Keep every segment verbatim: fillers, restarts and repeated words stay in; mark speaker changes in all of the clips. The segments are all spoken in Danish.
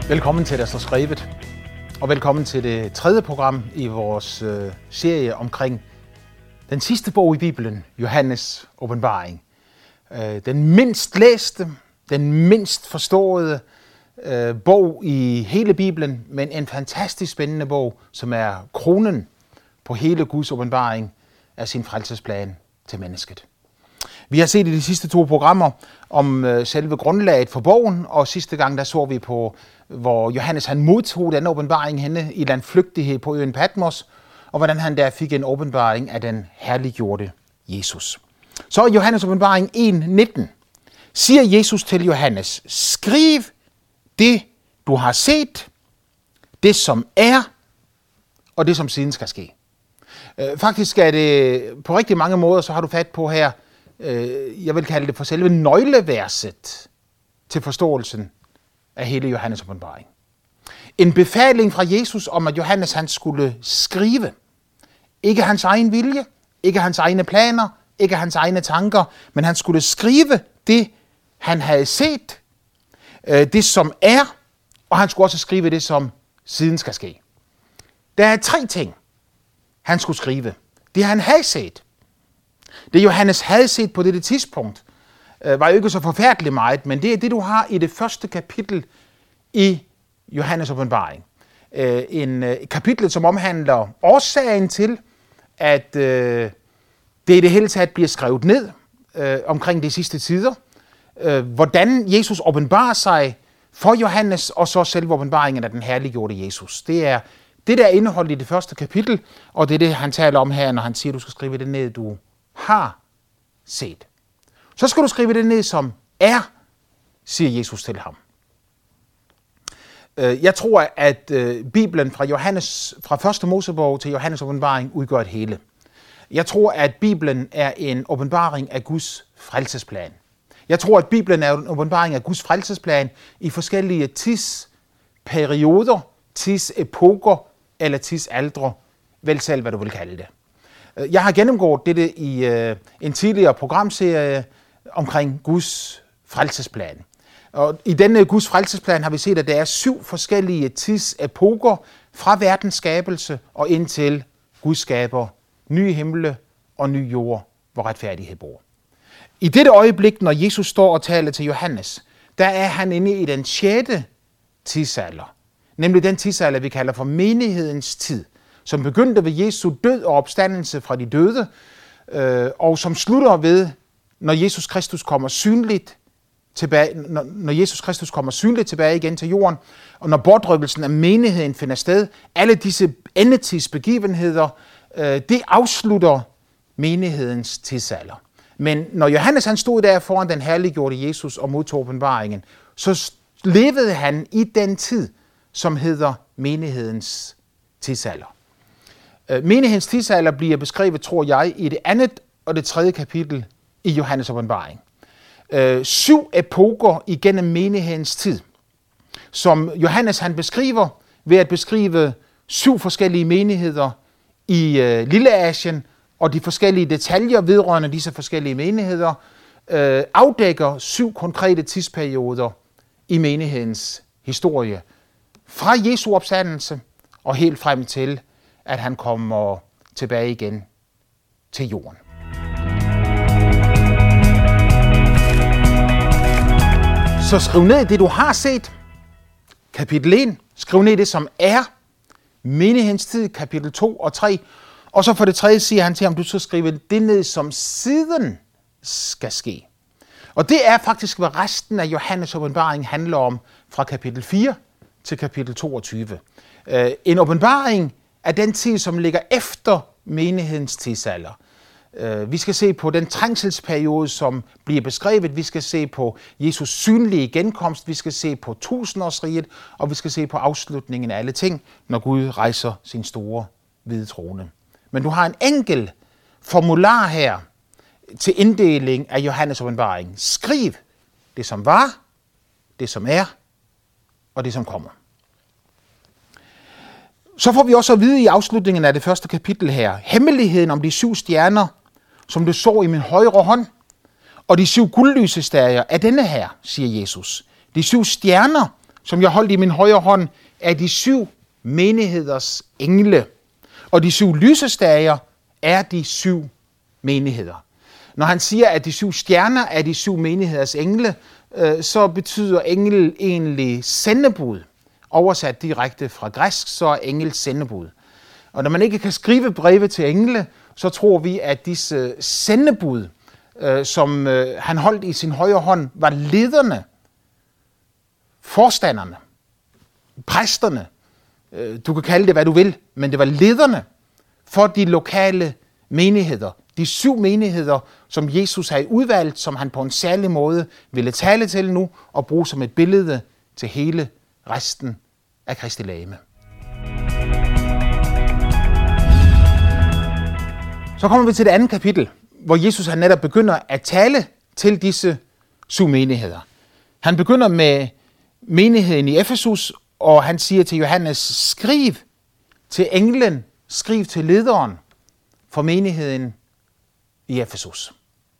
Speaker 1: Velkommen til Der står skrevet, og velkommen til det tredje program i vores øh, serie omkring den sidste bog i Bibelen, Johannes Åbenbaring. Øh, den mindst læste, den mindst forståede øh, bog i hele Bibelen, men en fantastisk spændende bog, som er kronen på hele Guds åbenbaring af sin frelsesplan til mennesket. Vi har set i de sidste to programmer om øh, selve grundlaget for bogen, og sidste gang der så vi på, hvor Johannes han modtog den åbenbaring henne i landflygtighed på øen Patmos, og hvordan han der fik en åbenbaring af den herliggjorte Jesus. Så i Johannes åbenbaring en nitten siger Jesus til Johannes: skriv det, du har set, det som er, og det som siden skal ske. Øh, faktisk er det på rigtig mange måder, så har du fat på her, jeg vil kalde det for selve nøgleverset til forståelsen af hele Johannes åbenbaring. En befaling fra Jesus om, at Johannes han skulle skrive. Ikke hans egen vilje, ikke hans egne planer, ikke hans egne tanker, men han skulle skrive det, han havde set, det som er, og han skulle også skrive det, som siden skal ske. Der er tre ting, han skulle skrive. Det han havde set. Det Johannes havde set på dette tidspunkt, øh, var jo ikke så forfærdeligt meget, men det er det, du har i det første kapitel i Johannes åbenbaring. Øh, en øh, kapitel, som omhandler årsagen til, at øh, det i det hele taget bliver skrevet ned øh, omkring de sidste tider. Øh, hvordan Jesus åbenbarer sig for Johannes, og så selve åbenbaringen af den herliggjorte Jesus. Det er det, der er indeholdt i det første kapitel, og det er det, han taler om her, når han siger, at du skal skrive det ned, du har set. Så skal du skrive det ned, som er, siger Jesus til ham. Jeg tror, at Bibelen fra Johannes, fra første Mosebog til Johannes åbenbaring udgør et hele. Jeg tror, at Bibelen er en åbenbaring af Guds frelsesplan. Jeg tror, at Bibelen er en åbenbaring af Guds frelsesplan i forskellige tidsperioder, tidsepoker eller tidsaldre, vel selv hvad du vil kalde det. Jeg har gennemgået dette i øh, en tidligere programserie omkring Guds frelsesplan. Og i denne Guds frelsesplan har vi set, at der er syv forskellige tidsepoker fra verdens skabelse og indtil Gud skaber nye himle og ny jord, hvor retfærdighed bor. I dette øjeblik, når Jesus står og taler til Johannes, der er han inde i den sjette tidsalder, nemlig den tidsalder, vi kalder for menighedens tid, som begyndte ved Jesu død og opstandelse fra de døde, øh, og som slutter ved, når Jesus Kristus kommer synligt tilbage, når, når Jesus Kristus kommer synligt tilbage igen til jorden, og når bortrykkelsen af menigheden finder sted. Alle disse endetidsbegivenheder, øh, det afslutter menighedens tidsalder. Men når Johannes han stod der foran den herliggjorte Jesus og modtog åbenbaringen, så levede han i den tid, som hedder menighedens tidsalder. Menighedens tidsalder bliver beskrevet, tror jeg, i det andet og det tredje kapitel i Johannes åbenbaring. Øh, syv epoker igennem menighedens tid, som Johannes han beskriver ved at beskrive syv forskellige menigheder i øh, Lilleasien, og de forskellige detaljer vedrørende disse forskellige menigheder øh, afdækker syv konkrete tidsperioder i menighedens historie, fra Jesu opstandelse og helt frem til at han kommer tilbage igen til jorden. Så skriv ned det, du har set, kapitel et. Skriv ned det, som er menighedens tid, kapitel to og tre. Og så for det tredje siger han til ham, du skal skrive det ned, som siden skal ske. Og det er faktisk, hvad resten af Johannes åbenbaring handler om, fra kapitel fire til kapitel toogtyve. En åbenbaring af den tid, som ligger efter menighedens tidsalder. Vi skal se på den trængselsperiode, som bliver beskrevet. Vi skal se på Jesus synlige genkomst. Vi skal se på tusindårsriget, og vi skal se på afslutningen af alle ting, når Gud rejser sin store hvide trone. Men du har en enkel formular her til inddeling af Johannes åbenbaring. Skriv det, som var, det, som er, og det, som kommer. Så får vi også at vide i afslutningen af det første kapitel her, hemmeligheden om de syv stjerner, som du så i min højre hånd, og de syv guldlysestager er denne her, siger Jesus. De syv stjerner, som jeg holdt i min højre hånd, er de syv menigheders engle. Og de syv lysestager er de syv menigheder. Når han siger, at de syv stjerner er de syv menigheders engle, øh, så betyder engel egentlig sendebud. Oversat direkte fra græsk, så er engel sendebud. Og når man ikke kan skrive breve til engle, så tror vi, at disse sendebud, øh, som øh, han holdt i sin højre hånd, var lederne, forstanderne, præsterne. Øh, du kan kalde det, hvad du vil, men det var lederne for de lokale menigheder. De syv menigheder, som Jesus havde udvalgt, som han på en særlig måde ville tale til nu, og bruge som et billede til hele resten af Kristi legeme. Så kommer vi til det andet kapitel, hvor Jesus han netop begynder at tale til disse syv menigheder. Han begynder med menigheden i Efesus, og han siger til Johannes, skriv til englen, skriv til lederen for menigheden i Efesus.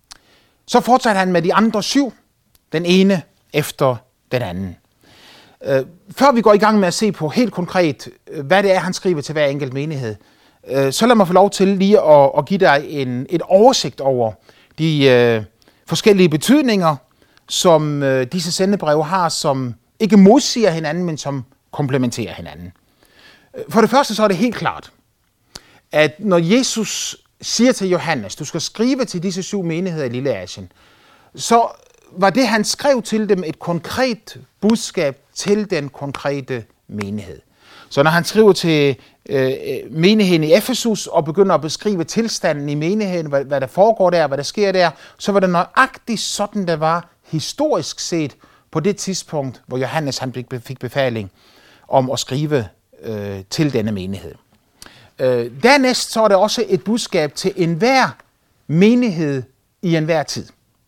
Speaker 1: Så fortsætter han med de andre syv, den ene efter den anden. Øh, før vi går i gang med at se på helt konkret, hvad det er, han skriver til hver enkelt menighed, øh, så lad mig få lov til lige at, at give dig en, et oversigt over de øh, forskellige betydninger, som øh, disse sendebreve har, som ikke modsiger hinanden, men som komplementerer hinanden. For det første så er det helt klart, at når Jesus siger til Johannes, du skal skrive til disse syv menigheder i Lille Asien, så var det, han skrev til dem, et konkret budskab til den konkrete menighed. Så når han skriver til øh, menigheden i Efesus og begynder at beskrive tilstanden i menigheden, hvad, hvad der foregår der, hvad der sker der, så var det nøjagtigt sådan, der var historisk set på det tidspunkt, hvor Johannes han fik befaling om at skrive øh, til denne menighed. Øh, dernæst så er det også et budskab til enhver menighed i enhver tid.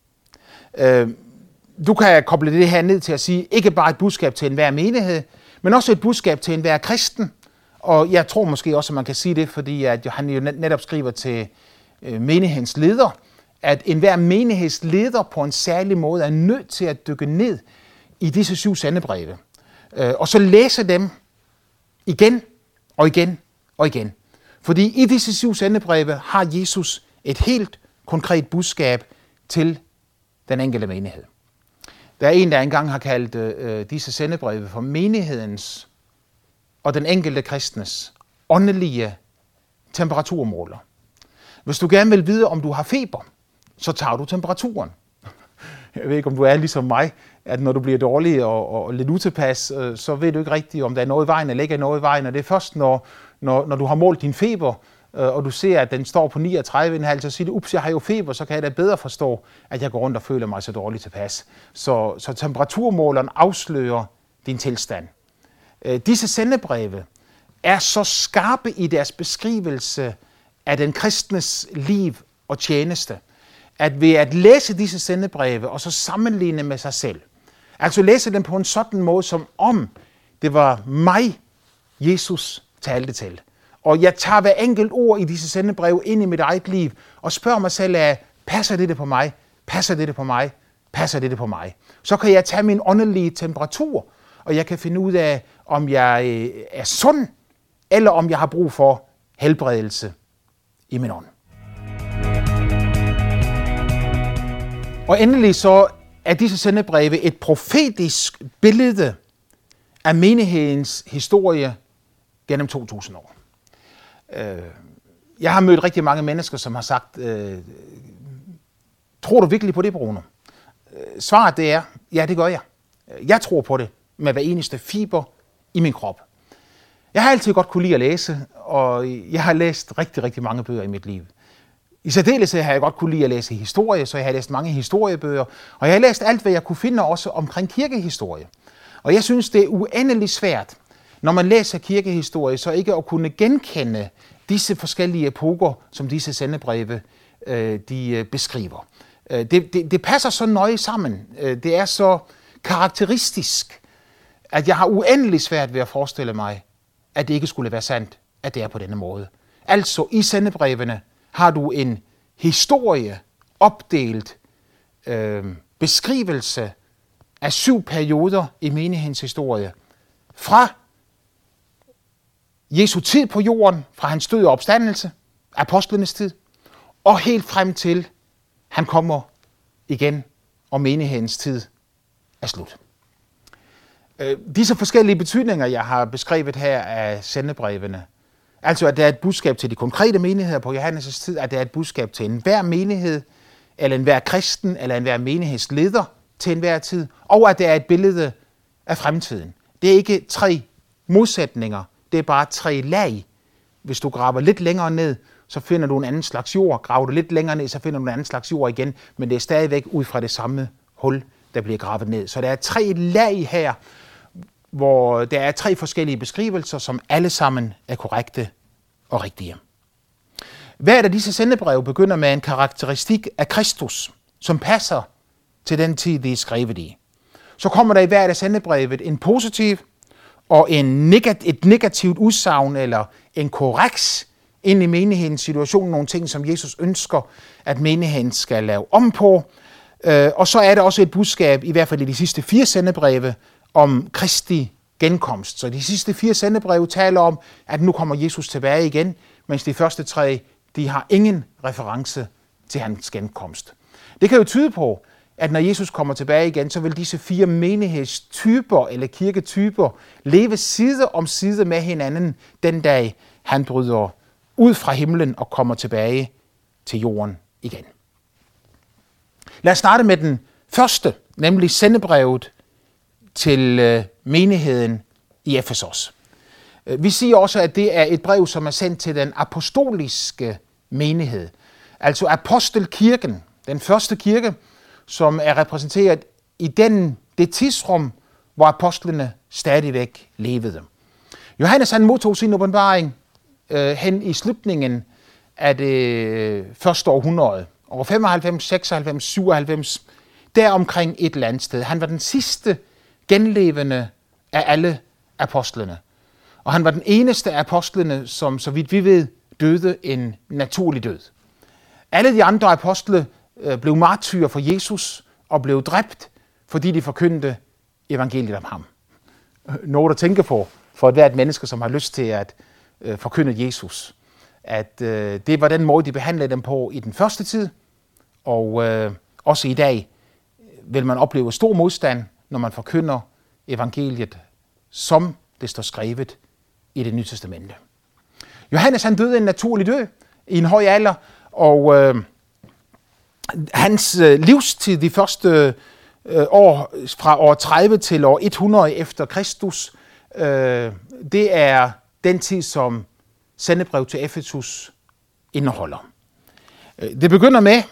Speaker 1: Øh, du kan koble det her ned til at sige, ikke bare et budskab til enhver menighed, men også et budskab til enhver kristen. Og jeg tror måske også, at man kan sige det, fordi at han jo netop skriver til øh, menighedens leder, at enhver menighedsleder på en særlig måde er nødt til at dykke ned i disse syv sendebreve. Øh, og så læse dem igen og igen og igen. Fordi i disse syv sendebreve har Jesus et helt konkret budskab til den enkelte menighed. Der er en, der engang har kaldt øh, disse sendebreve for menighedens og den enkelte kristnes åndelige temperaturmåler. Hvis du gerne vil vide, om du har feber, så tager du temperaturen. Jeg ved ikke, om du er ligesom mig, at når du bliver dårlig og, og lidt utilpas, øh, så ved du ikke rigtigt, om der er noget i vejen eller ikke er noget i vejen. Og det er først, når, når, når du har målt din feber, øh, og du ser, at den står på niogtredive komma fem, så siger du, ups, jeg har jo feber, så kan jeg da bedre forstå, at jeg går rundt og føler mig så dårligt tilpas. Så, så temperaturmåleren afslører din tilstand. Øh, disse sendebreve er så skarpe i deres beskrivelse af den kristnes liv og tjeneste, at ved at læse disse sendebreve og så sammenligne med sig selv, altså læse dem på en sådan måde, som om det var mig, Jesus talte til. Og jeg tager hver enkelt ord i disse sendebreve ind i mit eget liv og spørger mig selv af, passer dette på mig? Passer dette på mig? Passer dette på mig? Så kan jeg tage min åndelige temperatur, og jeg kan finde ud af, om jeg er sund, eller om jeg har brug for helbredelse i min ånd. Og endelig så er disse sendebreve et profetisk billede af menighedens historie gennem to tusind år. Jeg har mødt rigtig mange mennesker, som har sagt, tror du virkelig på det, Bruno? Svaret det er, ja, det gør jeg. Jeg tror på det med hver eneste fiber i min krop. Jeg har altid godt kunne lide at læse, og jeg har læst rigtig, rigtig mange bøger i mit liv. I særdeleshed har jeg godt kunne lide at læse historie, så jeg har læst mange historiebøger, og jeg har læst alt, hvad jeg kunne finde også omkring kirkehistorie. Og jeg synes, det er uendeligt svært, når man læser kirkehistorie, så ikke at kunne genkende disse forskellige epoker, som disse sendebreve øh, de beskriver. Det, det, det passer så nøje sammen. Det er så karakteristisk, at jeg har uendeligt svært ved at forestille mig, at det ikke skulle være sandt, at det er på denne måde. Altså, i sendebrevene har du en historie opdelt øh, beskrivelse af syv perioder i menighedens historie. Fra Jesu tid på jorden, fra hans død og opstandelse, apostlenes tid, og helt frem til han kommer igen, og menighedens tid er slut. Disse forskellige betydninger, jeg har beskrevet her af sendebrevene, altså at der er et budskab til de konkrete menigheder på Johannes' tid, at der er et budskab til enhver menighed, eller enhver kristen, eller enhver menighedsleder til enhver tid, og at der er et billede af fremtiden. Det er ikke tre modsætninger, det er bare tre lag. Hvis du graver lidt længere ned, så finder du en anden slags jord. Graver du lidt længere ned, så finder du en anden slags jord igen, men det er stadigvæk ud fra det samme hul, der bliver gravet ned. Så der er tre lag her, hvor der er tre forskellige beskrivelser, som alle sammen er korrekte og rigtige. Hver af disse sendebreve begynder med en karakteristik af Kristus, som passer til den tid, de er skrevet i. Så kommer der i hvert af sendebrevet en positiv og en negat- et negativt udsagn eller en korreks ind i menighedens situation, nogle ting, som Jesus ønsker, at menigheden skal lave om på. Og så er der også et budskab, i hvert fald i de sidste fire sendebreve, om Kristi genkomst. Så de sidste fire sendebreve taler om, at nu kommer Jesus tilbage igen, mens de første tre, de har ingen reference til hans genkomst. Det kan jo tyde på, at når Jesus kommer tilbage igen, så vil disse fire menighedstyper eller kirketyper leve side om side med hinanden den dag, han bryder ud fra himlen og kommer tilbage til jorden igen. Lad os starte med den første, nemlig sendebrevet til menigheden i Efesos. Vi siger også, at det er et brev, som er sendt til den apostoliske menighed, altså apostelkirken, den første kirke, som er repræsenteret i den, det tidsrum, hvor apostlene stadigvæk levede. Johannes han modtog sin åbenbaring øh, hen i slutningen af det første århundrede, år femoghalvfems, seksoghalvfems, syvoghalvfems, der omkring et eller andet sted. Han var den sidste genlevende af alle apostlene. Og han var den eneste af apostlene, som, så vidt vi ved, døde en naturlig død. Alle de andre apostle øh, blev martyrer for Jesus og blev dræbt, fordi de forkyndte evangeliet om ham. Noget at tænke på for et hvert menneske, som har lyst til at øh, forkynde Jesus. At øh, det var den måde, de behandlede dem på i den første tid, og øh, også i dag vil man opleve stor modstand, når man forkynder evangeliet, som det står skrevet i Det Nye Testamente. Johannes han døde en naturlig død i en høj alder, og øh, hans øh, livstid, de første øh, år, fra år tredive til år hundrede efter Kristus, øh, det er den tid, som sendebrev til Efesus indeholder. Det begynder med,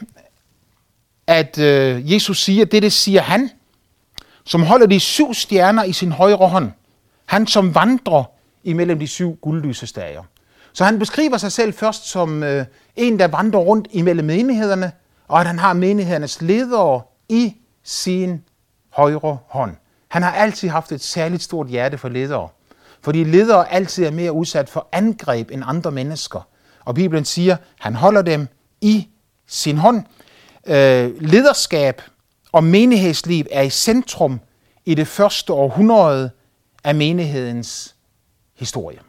Speaker 1: at øh, Jesus siger, det det siger han, som holder de syv stjerner i sin højre hånd. Han, som vandrer imellem de syv guldlysestager. Så han beskriver sig selv først som øh, en, der vandrer rundt imellem menighederne, og at han har menighedernes ledere i sin højre hånd. Han har altid haft et særligt stort hjerte for ledere, fordi ledere altid er mere udsat for angreb end andre mennesker. Og Bibelen siger, han holder dem i sin hånd. Øh, lederskab og menighedsliv er i centrum i det første århundrede af menighedens historie.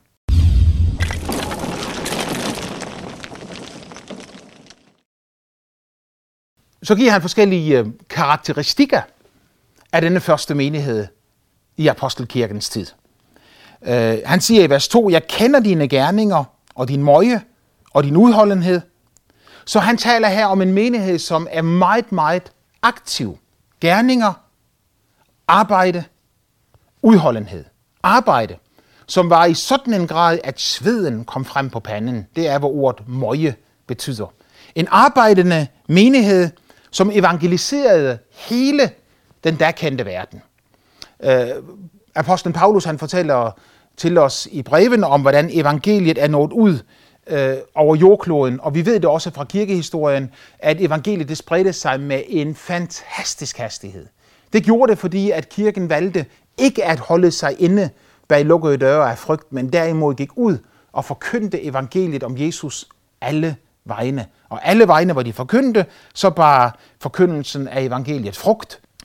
Speaker 1: Så giver han forskellige karakteristikker af denne første menighed i apostelkirkens tid. Uh, han siger i vers to, jeg kender dine gerninger og din møje og din udholdenhed. Så han taler her om en menighed, som er meget, meget aktiv. Gerninger, arbejde, udholdenhed. Arbejde, som var i sådan en grad, at sveden kom frem på panden. Det er, hvad ordet møje betyder. En arbejdende menighed, som evangeliserede hele den da kendte verden. Uh, Apostlen Paulus han fortæller til os i brevene om, hvordan evangeliet er nået ud øh, over jordkloden. Og vi ved det også fra kirkehistorien, at evangeliet det spredte sig med en fantastisk hastighed. Det gjorde det, fordi at kirken valgte ikke at holde sig inde bag lukkede døre af frygt, men derimod gik ud og forkyndte evangeliet om Jesus alle vegne. Og alle vegne, hvor de forkyndte, så bar forkyndelsen af evangeliet frugt.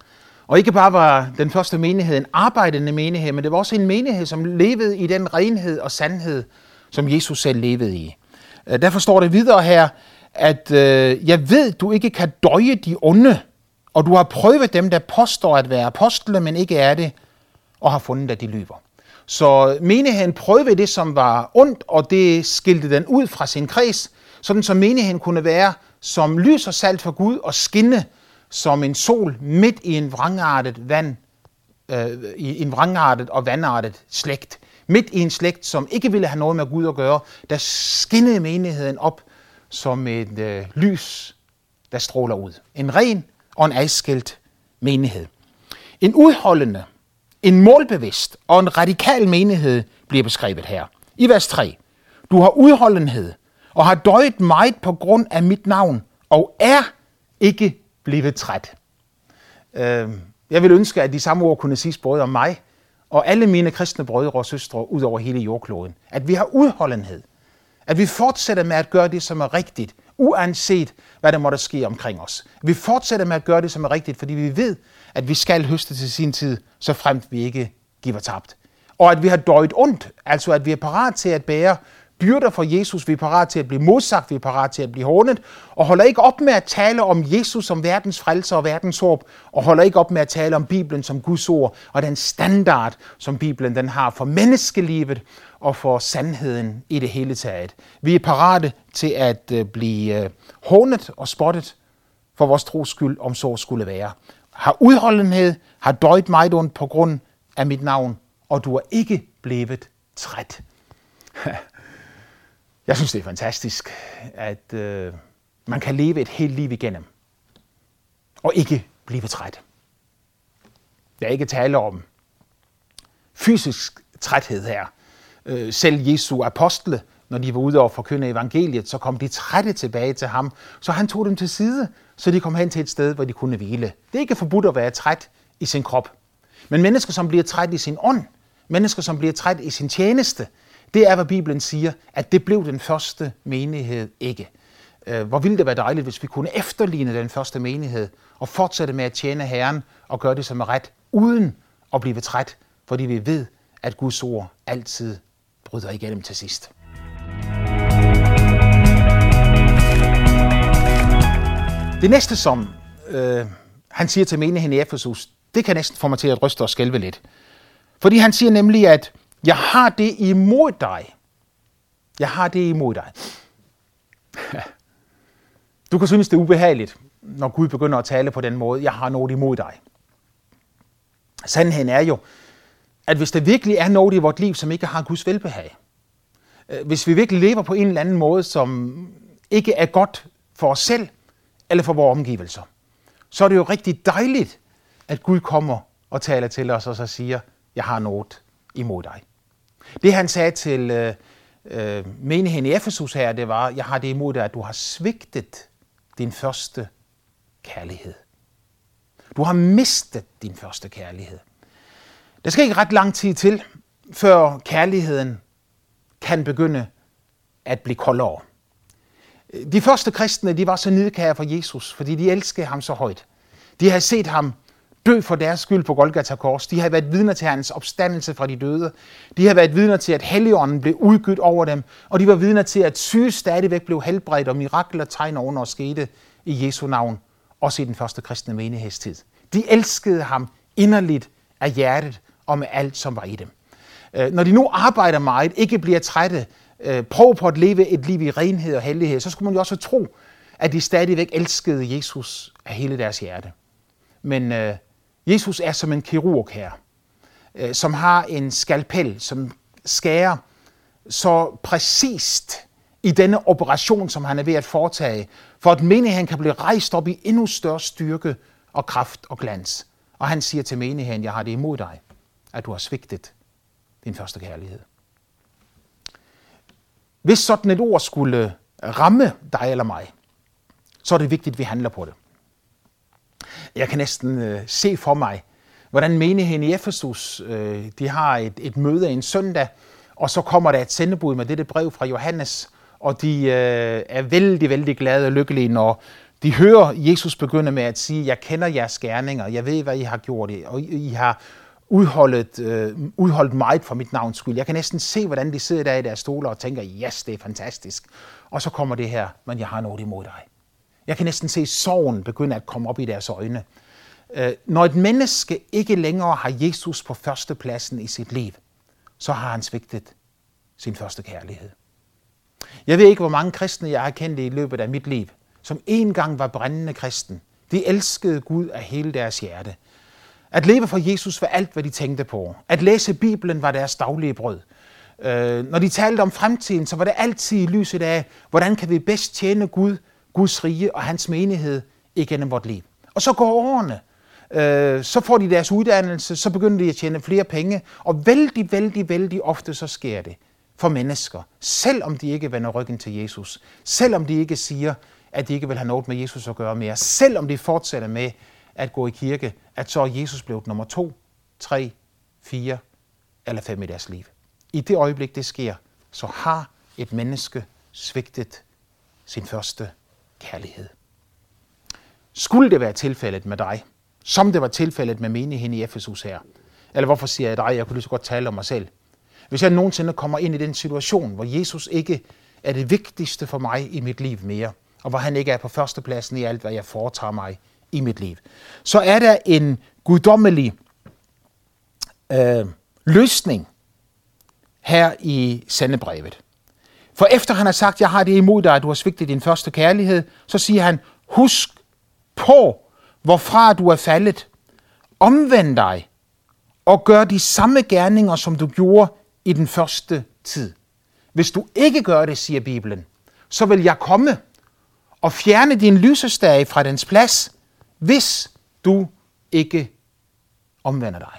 Speaker 1: Og ikke bare var den første menighed en arbejdende menighed, men det var også en menighed, som levede i den renhed og sandhed, som Jesus selv levede i. Derfor står det videre her, at øh, jeg ved, du ikke kan døje de onde, og du har prøvet dem, der påstår at være apostle, men ikke er det, og har fundet, at de lyver. Så menigheden prøvede det, som var ondt, og det skilte den ud fra sin kreds, sådan som menigheden kunne være som lys og salt for Gud og skinne som en sol midt i en vrangartet vand, øh, i en vrangartet og vandartet slægt. Midt i en slægt, som ikke ville have noget med Gud at gøre, der skinnede menigheden op som et øh, lys, der stråler ud. En ren og en adskilt menighed. En udholdende, en målbevidst og en radikal menighed bliver beskrevet her. I vers tre. Du har udholdenhed og har døjet meget på grund af mit navn og er ikke blevet træt. Øh, jeg vil ønske, at de samme ord kunne siges både om mig og alle mine kristne brødre og søstre ud over hele jordkloden. At vi har udholdenhed. At vi fortsætter med at gøre det, som er rigtigt, uanset hvad der måtte ske omkring os. Vi fortsætter med at gøre det, som er rigtigt, fordi vi ved, at vi skal høste til sin tid, så fremt vi ikke giver tabt. Og at vi har døjet ondt, altså at vi er parat til at bære byrder for Jesus, vi er parat til at blive modsagt, vi er parat til at blive hånet, og holder ikke op med at tale om Jesus som verdens frelser og verdens håb, og holder ikke op med at tale om Bibelen som Guds ord, og den standard, som Bibelen den har for menneskelivet og for sandheden i det hele taget. Vi er parate til at blive hånet og spottet for vores tros skyld, om så skulle være. Har udholdenhed, har døjet meget ondt på grund af mit navn, og du er ikke blevet træt. Jeg synes, det er fantastisk, at øh, man kan leve et helt liv igennem og ikke blive træt. Jeg er ikke tale om fysisk træthed her. Øh, selv Jesu apostle, når de var ude og forkynde evangeliet, så kom de trætte tilbage til ham, så han tog dem til side, så de kom hen til et sted, hvor de kunne hvile. Det er ikke forbudt at være træt i sin krop. Men mennesker, som bliver træt i sin ånd, mennesker, som bliver træt i sin tjeneste, det er, hvad Bibelen siger, at det blev den første menighed ikke. Hvor ville det være dejligt, hvis vi kunne efterligne den første menighed og fortsætte med at tjene Herren og gøre det, som er ret, uden at blive træt, fordi vi ved, at Guds ord altid bryder igennem til sidst. Det næste, som øh, han siger til menigheden i Efesus, det kan næsten få mig til at ryste og skælve lidt. Fordi han siger nemlig, at jeg har det imod dig. Jeg har det imod dig. Du kan synes, det er ubehageligt, når Gud begynder at tale på den måde. Jeg har noget imod dig. Sandheden er jo, at hvis der virkelig er noget i vort liv, som ikke har Guds velbehag, hvis vi virkelig lever på en eller anden måde, som ikke er godt for os selv eller for vores omgivelser, så er det jo rigtig dejligt, at Gud kommer og taler til os og så siger, jeg har noget imod dig. Det han sagde til øh, øh, menigheden i Efesus her, det var, jeg har det imod dig, at du har svigtet din første kærlighed. Du har mistet din første kærlighed. Der skal ikke ret lang tid til, før kærligheden kan begynde at blive koldere. De første kristne, de var så nidkære for Jesus, fordi de elskede ham så højt. De havde set ham dø for deres skyld på Golgata Kors. De havde været vidner til hans opstandelse fra de døde. De havde været vidner til, at Helligånden blev udgydt over dem. Og de var vidner til, at syge stadigvæk blev helbredt, og mirakler, tegn og under skete i Jesu navn, også i den første kristne menighedstid. De elskede ham inderligt af hjertet og med alt, som var i dem. Når de nu arbejder meget, ikke bliver trætte, prøv på at leve et liv i renhed og hellighed, så skulle man jo også tro, at de stadigvæk elskede Jesus af hele deres hjerte. Men øh, Jesus er som en kirurg her, øh, som har en skalpel, som skærer så præcist i denne operation, som han er ved at foretage, for at menigheden kan blive rejst op i endnu større styrke og kraft og glans. Og han siger til menigheden, jeg har det imod dig, at du har svigtet din første kærlighed. Hvis sådan et ord skulle ramme dig eller mig, så er det vigtigt, at vi handler på det. Jeg kan næsten øh, se for mig, hvordan menigheden i Efesus, øh, de har et, et møde en søndag, og så kommer der et sendebud med dette brev fra Johannes, og de øh, er vældig, vældig glade og lykkelige, når De hører Jesus begynde med at sige, jeg kender jeres gerninger, jeg ved, hvad I har gjort, og I har udholdt, øh, udholdt meget for mit navns skyld. Jeg kan næsten se, hvordan de sidder der i deres stoler og tænker, yes, det er fantastisk. Og så kommer det her, men jeg har noget imod dig. Jeg kan næsten se sorgen begynde at komme op i deres øjne. Øh, når et menneske ikke længere har Jesus på førstepladsen i sit liv, så har han svigtet sin første kærlighed. Jeg ved ikke, hvor mange kristne jeg har kendt i løbet af mit liv, som engang var brændende kristen. De elskede Gud af hele deres hjerte. At leve for Jesus var alt, hvad de tænkte på. At læse Bibelen var deres daglige brød. Øh, når de talte om fremtiden, så var det altid i lyset af, hvordan kan vi bedst tjene Gud, Guds rige og hans menighed igennem vort liv. Og så går årene. Øh, så får de deres uddannelse, så begynder de at tjene flere penge. Og vældig, vældig, vældig ofte så sker det for mennesker. Selvom de ikke vender ryggen til Jesus. Selvom de ikke siger, at de ikke vil have noget med Jesus at gøre mere. Selvom de fortsætter med at gå i kirke, at så er Jesus blevet nummer to, tre, fire eller fem i deres liv. I det øjeblik, det sker, så har et menneske svigtet sin første kærlighed. Skulle det være tilfældet med dig, som det var tilfældet med menigheden i Efesus her, eller hvorfor siger jeg dig, jeg kunne lige så godt tale om mig selv. Hvis jeg nogensinde kommer ind i den situation, hvor Jesus ikke er det vigtigste for mig i mit liv mere, og hvor han ikke er på førstepladsen i alt, hvad jeg foretager mig i mit liv, så er der en guddommelig øh, løsning her i sendebrevet. For efter han har sagt, jeg har det imod dig, at du har svigtet din første kærlighed, så siger han, husk på, hvorfra du er faldet. Omvend dig og gør de samme gerninger, som du gjorde i den første tid. Hvis du ikke gør det, siger Bibelen, så vil jeg komme og fjerne din lysestage fra dens plads, hvis du ikke omvender dig.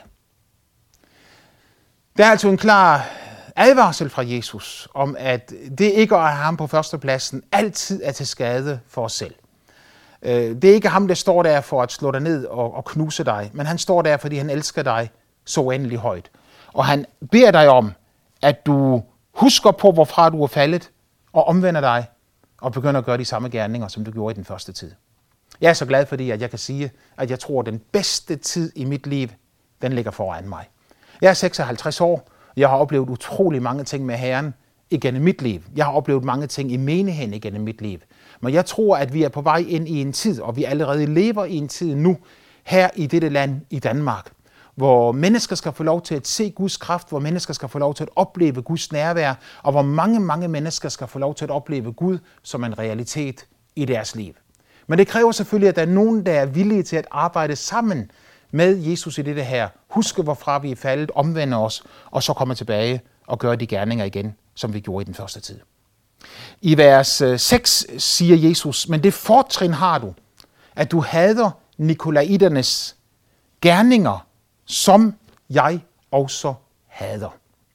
Speaker 1: Der er altså en klar advarsel fra Jesus om, at det ikke at have ham på førstepladsen altid er til skade for os selv. Det er ikke ham, der står der for at slå dig ned og, og knuse dig, men han står der, fordi han elsker dig så uendelig højt. Og han beder dig om, at du husker på, hvorfra du er faldet, og omvender dig, og begynder at gøre de samme gerninger, som du gjorde i den første tid. Jeg er så glad, fordi at jeg kan sige, at jeg tror, at den bedste tid i mit liv, den ligger foran mig. Jeg er seksoghalvtreds år, jeg har oplevet utrolig mange ting med Herren igennem mit liv. Jeg har oplevet mange ting i menigheden igennem mit liv. Men jeg tror, at vi er på vej ind i en tid, og vi allerede lever i en tid nu, her i dette land i Danmark, hvor mennesker skal få lov til at se Guds kraft, hvor mennesker skal få lov til at opleve Guds nærvær, og hvor mange, mange mennesker skal få lov til at opleve Gud som en realitet i deres liv. Men det kræver selvfølgelig, at der er nogen, der er villige til at arbejde sammen med Jesus i dette her. Huske, hvorfra vi er faldet, omvende os, og så komme tilbage og gøre de gerninger igen, som vi gjorde i den første tid. I vers seks siger Jesus, men det fortrin har du, at du hader nikolaiternes gerninger, som jeg også hader.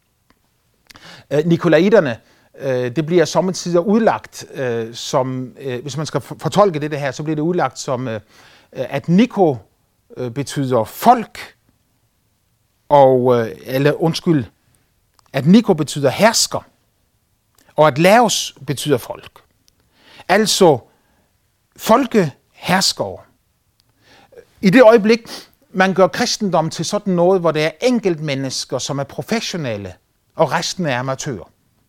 Speaker 1: Nikolaiterne, det bliver sommetider udlagt som, hvis man skal fortolke det her, så bliver det udlagt som, at Niko betyder folk, og, eller undskyld, at Niko betyder hersker, og at Laos betyder folk. Altså folkeherskere. I det øjeblik, man gør kristendom til sådan noget, hvor der er enkeltmennesker, som er professionelle, og resten er amatører.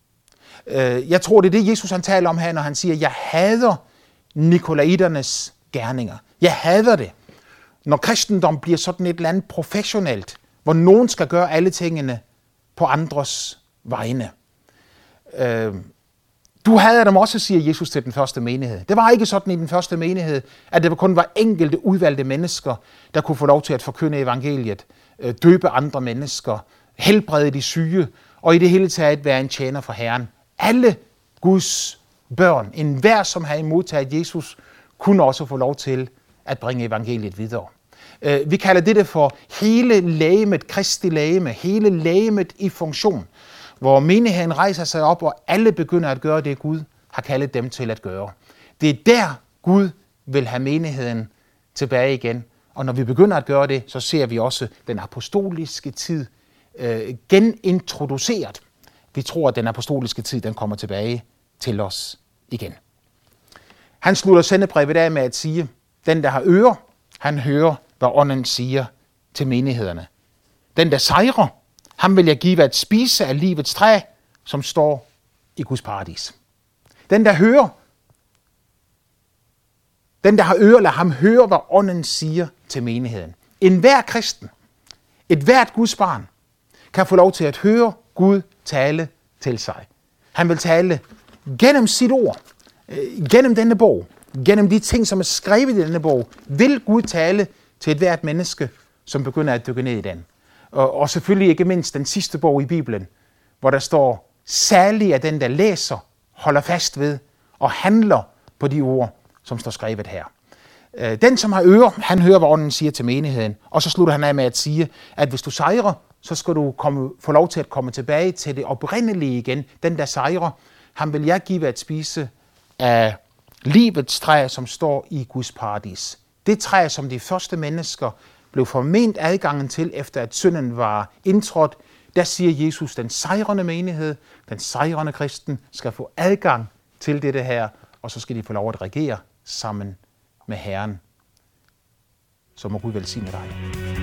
Speaker 1: Jeg tror, det er det, Jesus han taler om her, når han siger, jeg hader nikolaiternes gerninger. Jeg hader det, når kristendom bliver sådan et eller andet professionelt, hvor nogen skal gøre alle tingene på andres vegne. Du hader dem også, siger Jesus til den første menighed. Det var ikke sådan i den første menighed, at det kun var enkelte udvalgte mennesker, der kunne få lov til at forkynde evangeliet, døbe andre mennesker, helbrede de syge, og i det hele taget være en tjener for Herren. Alle Guds børn, enhver som havde modtaget Jesus, kunne også få lov til at bringe evangeliet videre. Vi kalder det for hele lægemet, Kristi lægeme, hele lægemet i funktion, hvor menigheden rejser sig op, og alle begynder at gøre det, Gud har kaldet dem til at gøre. Det er der, Gud vil have menigheden tilbage igen. Og når vi begynder at gøre det, så ser vi også den apostoliske tid øh, genintroduceret. Vi tror, at den apostoliske tid den kommer tilbage til os igen. Han slutter sendebrevet af med at sige, den der har ører, han hører, hvad ånden siger til menighederne. Den der sejrer, ham vil jeg give at spise af livets træ, som står i Guds paradis. Den der hører, den der har ører, lad ham høre, hvad ånden siger til menigheden. En hver kristen, et hvert Guds barn, kan få lov til at høre Gud tale til sig. Han vil tale gennem sit ord, gennem denne bog, gennem de ting, som er skrevet i denne bog, vil Gud tale til et hvert menneske, som begynder at dykke ned i den. Og, og selvfølgelig ikke mindst den sidste bog i Bibelen, hvor der står, særlig af den, der læser, holder fast ved og handler på de ord, som står skrevet her. Den, som har ører, han hører, hvad ånden siger til menigheden, og så slutter han af med at sige, at hvis du sejrer, så skal du komme, få lov til at komme tilbage til det oprindelige igen. Den, der sejrer, han vil jeg give at spise af livets træ, som står i Guds paradis. Det træ, som de første mennesker blev forment adgangen til, efter at synden var indtrådt, der siger Jesus, den sejrende menighed, den sejrende kristen, skal få adgang til dette her, og så skal de få lov at regere sammen med Herren. Så må Gud velsigne dig.